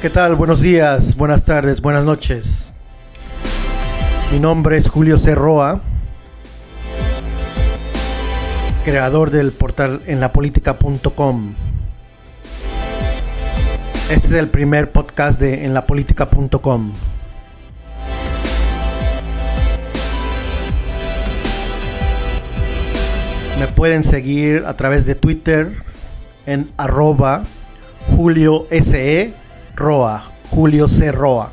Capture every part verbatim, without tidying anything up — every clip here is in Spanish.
¿Qué tal? Buenos días, buenas tardes, buenas noches. Mi nombre es Julio C. Roa, creador del portal en la política punto com. Este es el primer podcast de en la política punto com. Me pueden seguir a través de Twitter en arroba Julio S E Roa, Julio C. Roa.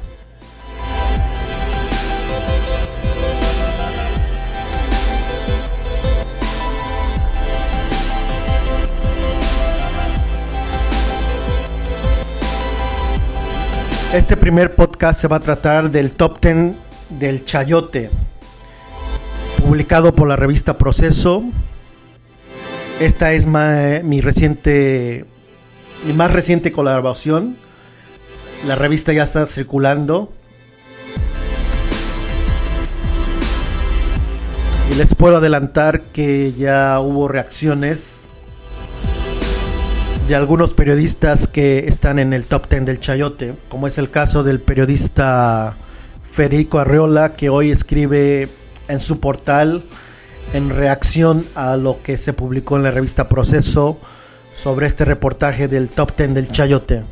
Este primer podcast se va a tratar del top diez del Chayote, publicado por la revista Proceso. Esta es ma, mi reciente, mi más reciente colaboración. La revista ya está circulando. Y les puedo adelantar que ya hubo reacciones de algunos periodistas que están en el top diez del Chayote, como es el caso del periodista Federico Arreola, que hoy escribe en su portal en reacción a lo que se publicó en la revista Proceso sobre este reportaje del top diez del Chayote.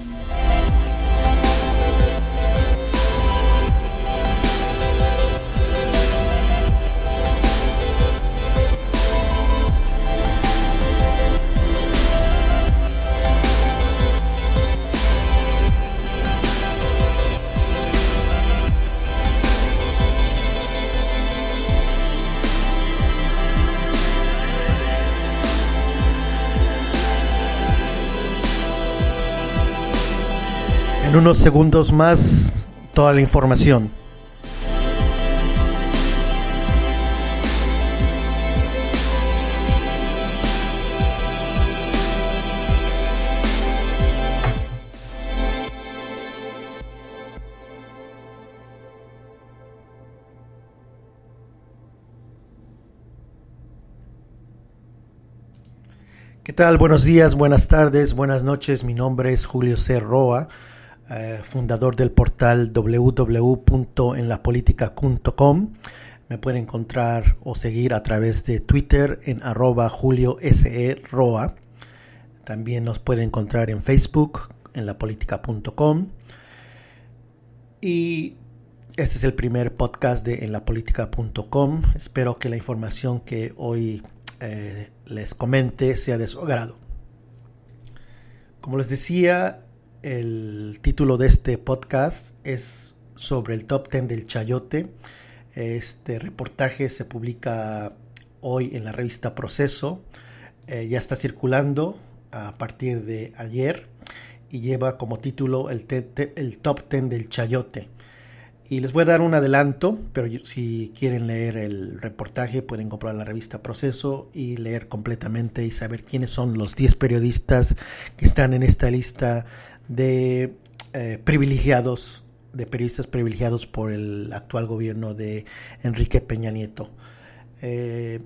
En unos segundos más, toda la información. ¿Qué tal? Buenos días, buenas tardes, buenas noches. Mi nombre es Julio C. Roa. Uh, fundador del portal doble u doble u doble u punto en la política punto com. Me pueden encontrar o seguir a través de Twitter en arroba Julio S E Roa. También nos pueden encontrar en Facebook en la política punto com. Y este es el primer podcast de en la política punto com. Espero que la información que hoy eh, les comente sea de su agrado. Como les decía, el título de este podcast es sobre el top diez del Chayote. Este reportaje se publica hoy en la revista Proceso. Eh, ya está circulando a partir de ayer y lleva como título el, te- te- el top diez del Chayote. Y les voy a dar un adelanto, pero si quieren leer el reportaje pueden comprar la revista Proceso y leer completamente y saber quiénes son los diez periodistas que están en esta lista de eh, privilegiados, de periodistas privilegiados por el actual gobierno de Enrique Peña Nieto. Eh,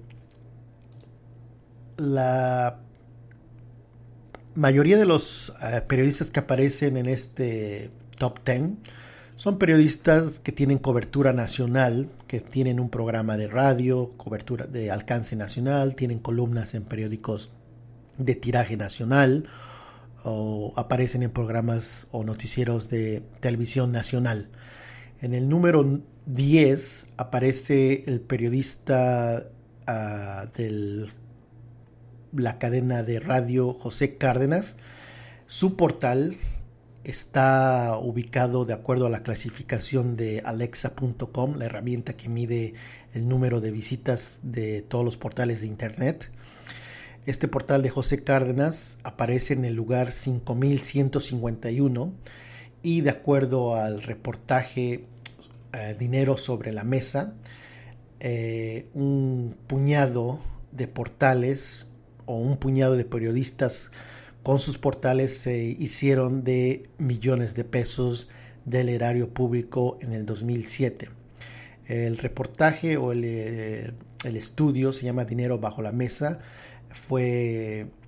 la mayoría de los eh, periodistas que aparecen en este top diez son periodistas que tienen cobertura nacional, que tienen un programa de radio, cobertura de alcance nacional, tienen columnas en periódicos de tiraje nacional, o aparecen en programas o noticieros de televisión nacional. En el número diez aparece el periodista uh, de la cadena de radio José Cárdenas. Su portal está ubicado de acuerdo a la clasificación de alexa punto com, la herramienta que mide el número de visitas de todos los portales de internet. Este portal de José Cárdenas aparece en el lugar cinco mil ciento cincuenta y uno y de acuerdo al reportaje eh, Dinero sobre la Mesa, eh, un puñado de portales o un puñado de periodistas con sus portales se hicieron de millones de pesos del erario público en el dos mil siete. El reportaje o el, el estudio se llama Dinero bajo la Mesa. Fue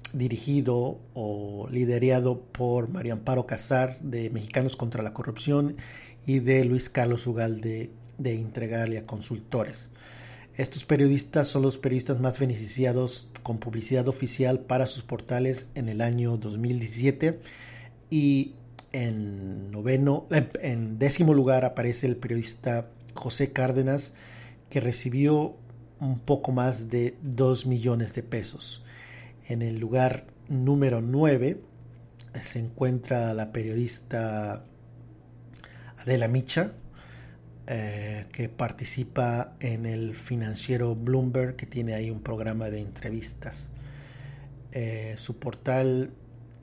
dirigido o liderado por María Amparo Casar de Mexicanos contra la Corrupción y de Luis Carlos Ugalde de Integralia Consultores. Estos periodistas son los periodistas más beneficiados con publicidad oficial para sus portales en el año dos mil diecisiete, y en noveno, en décimo lugar aparece el periodista José Cárdenas, que recibió un poco más de dos millones de pesos. En el lugar número nueve se encuentra la periodista Adela Micha, eh, que participa en el financiero Bloomberg, que tiene ahí un programa de entrevistas. Eh, su portal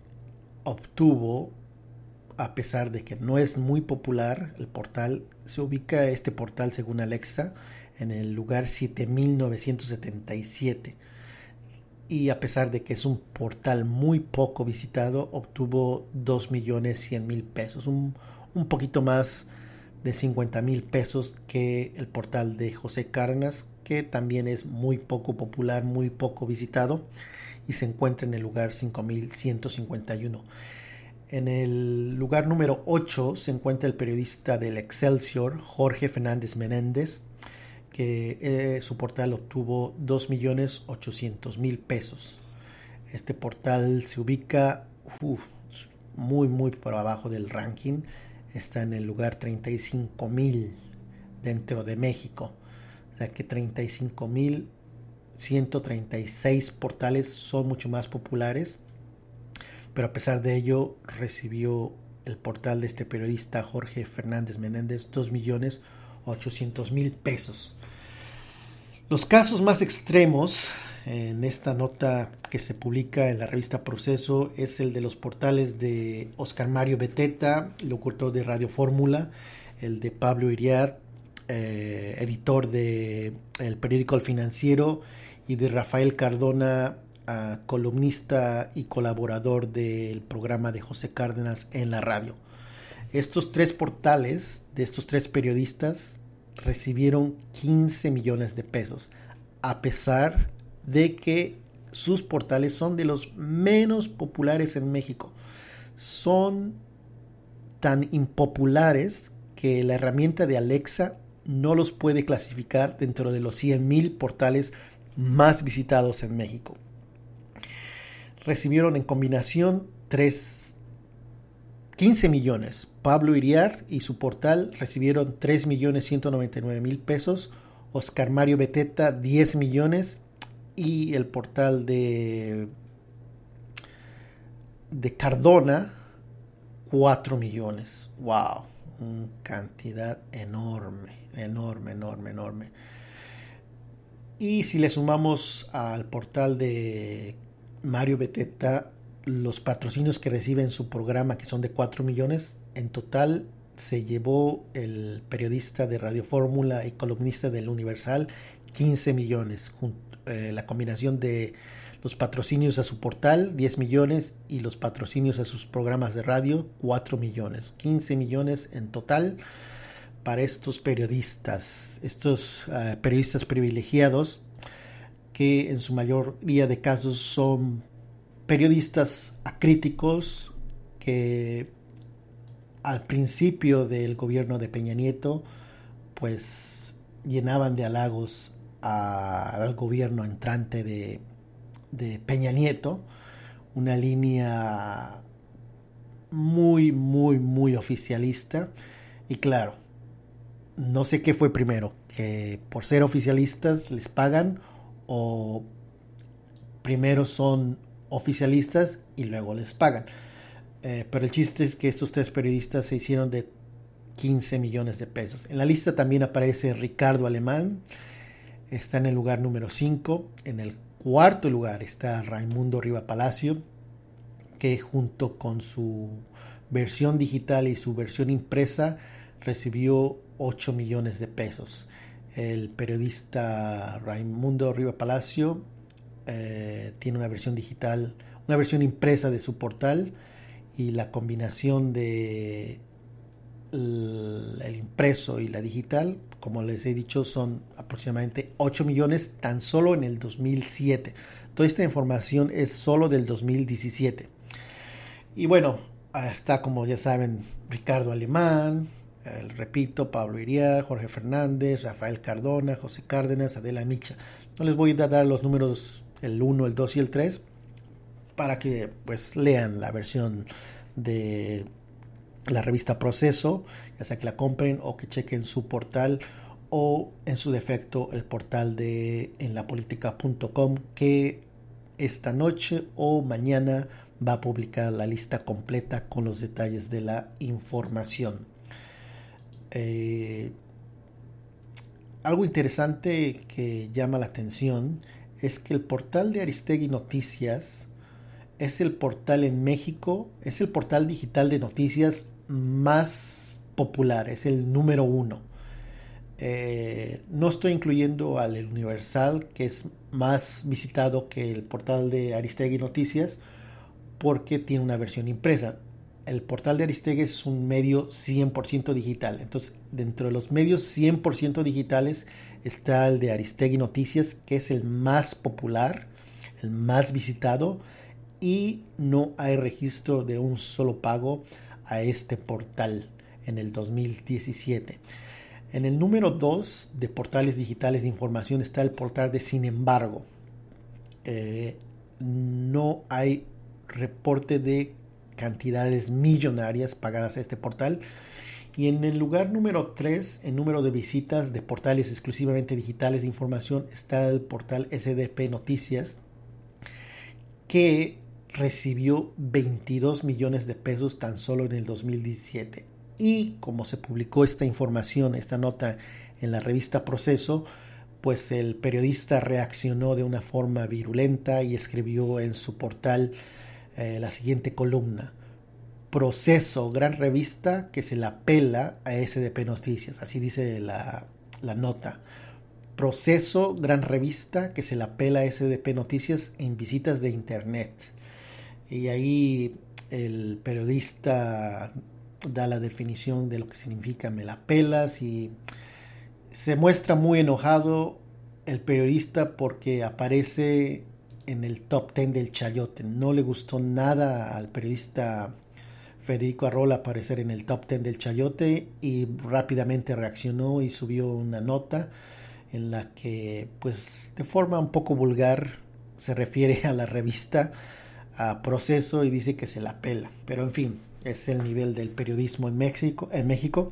obtuvo, a pesar de que no es muy popular, el portal se ubica, este portal según Alexa, en el lugar siete mil novecientos setenta y siete. Y a pesar de que es un portal muy poco visitado, obtuvo dos millones cien mil pesos, un, un poquito más de cincuenta mil pesos que el portal de José Cárdenas, que también es muy poco popular, muy poco visitado, y se encuentra en el lugar cinco mil ciento cincuenta y uno. En el lugar número ocho se encuentra el periodista del Excelsior, Jorge Fernández Menéndez, que eh, su portal obtuvo dos millones ochocientos mil pesos. Este portal se ubica uf, muy muy por abajo del ranking, está en el lugar treinta y cinco mil dentro de México, o sea que treinta y cinco mil ciento treinta y seis portales son mucho más populares, pero a pesar de ello recibió el portal de este periodista Jorge Fernández Menéndez dos millones ochocientos mil pesos. Los casos más extremos en esta nota que se publica en la revista Proceso es el de los portales de Oscar Mario Beteta, locutor de Radio Fórmula, el de Pablo Iriart, eh, editor de el periódico El Financiero, y de Rafael Cardona, uh, columnista y colaborador del programa de José Cárdenas en la radio. Estos tres portales de estos tres periodistas recibieron quince millones de pesos, a pesar de que sus portales son de los menos populares en México. Son tan impopulares que la herramienta de Alexa no los puede clasificar dentro de los cien mil portales más visitados en México. Recibieron en combinación tres, quince millones. Pablo Iriart y su portal recibieron tres millones ciento noventa y nueve mil pesos. Oscar Mario Beteta diez millones. Y el portal de, de Cardona cuatro millones. ¡Wow! Una cantidad enorme, enorme, enorme, enorme. Y si le sumamos al portal de Mario Beteta los patrocinios que recibe en su programa, que son de cuatro millones, en total se llevó el periodista de Radio Fórmula y columnista del Universal quince millones. Eh, la combinación de los patrocinios a su portal, diez millones, y los patrocinios a sus programas de radio, cuatro millones. quince millones en total para estos periodistas, estos uh, periodistas privilegiados, que en su mayoría de casos son periodistas acríticos que al principio del gobierno de Peña Nieto pues llenaban de halagos a, al gobierno entrante de, de Peña Nieto, una línea muy muy muy oficialista. Y claro, no sé qué fue primero, que por ser oficialistas les pagan, o primero son oficialistas y luego les pagan. Eh, pero el chiste es que estos tres periodistas se hicieron de quince millones de pesos. En la lista también aparece Ricardo Alemán, está en el lugar número cinco. En el cuarto lugar está Raimundo Riva Palacio, que junto con su versión digital y su versión impresa recibió ocho millones de pesos. El periodista Raimundo Riva Palacio eh, tiene una versión digital, una versión impresa de su portal, y la combinación de el, el impreso y la digital, como les he dicho, son aproximadamente ocho millones tan solo en el dos mil siete. Toda esta información es solo del dos mil diecisiete. Y bueno, está, como ya saben, Ricardo Alemán, eh, repito, Pablo Iriar, Jorge Fernández, Rafael Cardona, José Cárdenas, Adela Micha. No les voy a dar los números el uno, el dos y el tres para que pues lean la versión de la revista Proceso, ya sea que la compren o que chequen su portal o en su defecto el portal de en la política punto com, que esta noche o mañana va a publicar la lista completa con los detalles de la información. Eh, algo interesante que llama la atención es que el portal de Aristegui Noticias es el portal en México, es el portal digital de noticias más popular, es el número uno. Eh, no estoy incluyendo al El Universal, que es más visitado que el portal de Aristegui Noticias, porque tiene una versión impresa. El portal de Aristegui es un medio cien por ciento digital. Entonces, dentro de los medios cien por ciento digitales está el de Aristegui Noticias, que es el más popular, el más visitado, y no hay registro de un solo pago a este portal en el dos mil diecisiete. En el número dos de portales digitales de información está el portal de Sin Embargo. Eh, no hay reporte de cantidades millonarias pagadas a este portal. Y en el lugar número tres, en número de visitas de portales exclusivamente digitales de información, está el portal S D P Noticias, que recibió veintidós millones de pesos tan solo en el dos mil diecisiete. Y como se publicó esta información, esta nota en la revista Proceso, pues el periodista reaccionó de una forma virulenta y escribió en su portal eh, la siguiente columna: Proceso, gran revista que se la pela a S D P Noticias. Así dice la, la nota. Proceso, gran revista que se la pela a S D P Noticias en visitas de internet. Y ahí el periodista da la definición de lo que significa me la pelas, y se muestra muy enojado el periodista porque aparece en el top diez del Chayote. No le gustó nada al periodista Federico Arrola aparecer en el top diez del Chayote, y rápidamente reaccionó y subió una nota en la que, pues, de forma un poco vulgar se refiere a la revista, a Proceso, y dice que se la pela. Pero en fin, es el nivel del periodismo en México, en México.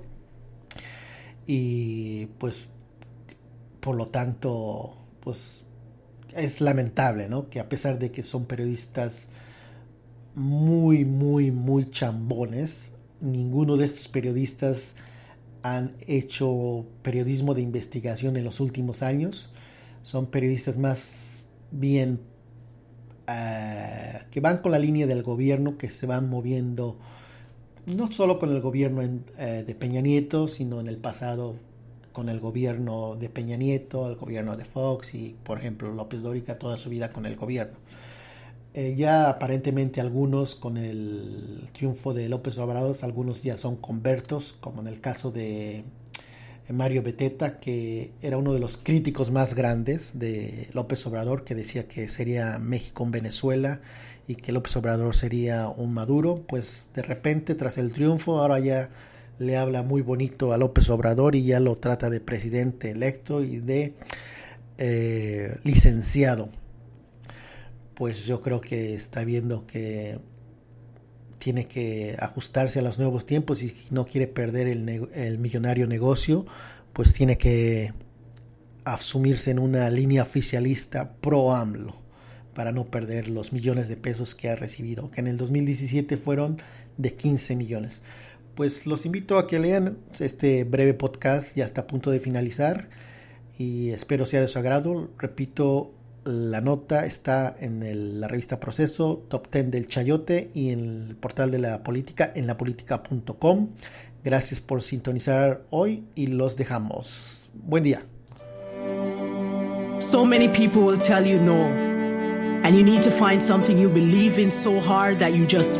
Y pues, por lo tanto, pues es lamentable, ¿no? Que a pesar de que son periodistas muy, muy, muy chambones, ninguno de estos periodistas han hecho periodismo de investigación en los últimos años. Son periodistas más bien uh, que van con la línea del gobierno, que se van moviendo no solo con el gobierno en, uh, de Peña Nieto, sino en el pasado con el gobierno de Peña Nieto, el gobierno de Fox, y por ejemplo López Dóriga toda su vida con el gobierno. Eh, ya aparentemente algunos, con el triunfo de López Obrador, algunos ya son convertos, como en el caso de Mario Beteta, que era uno de los críticos más grandes de López Obrador, que decía que sería México un Venezuela y que López Obrador sería un Maduro. Pues de repente, tras el triunfo, ahora ya le habla muy bonito a López Obrador y ya lo trata de presidente electo y de eh, licenciado. Pues yo creo que está viendo que tiene que ajustarse a los nuevos tiempos, y si no quiere perder el, ne- el millonario negocio, pues tiene que asumirse en una línea oficialista pro AMLO para no perder los millones de pesos que ha recibido, que en el dos mil diecisiete fueron de quince millones. Pues los invito a que lean este breve podcast, ya está a punto de finalizar y espero sea de su agrado. Repito, la nota está en el, la revista Proceso, top diez del Chayote, y en el portal de la política, en la política punto com. Gracias por sintonizar hoy y los dejamos. Buen día. So many people will tell you no, and you need to find something you believe in so hard that you just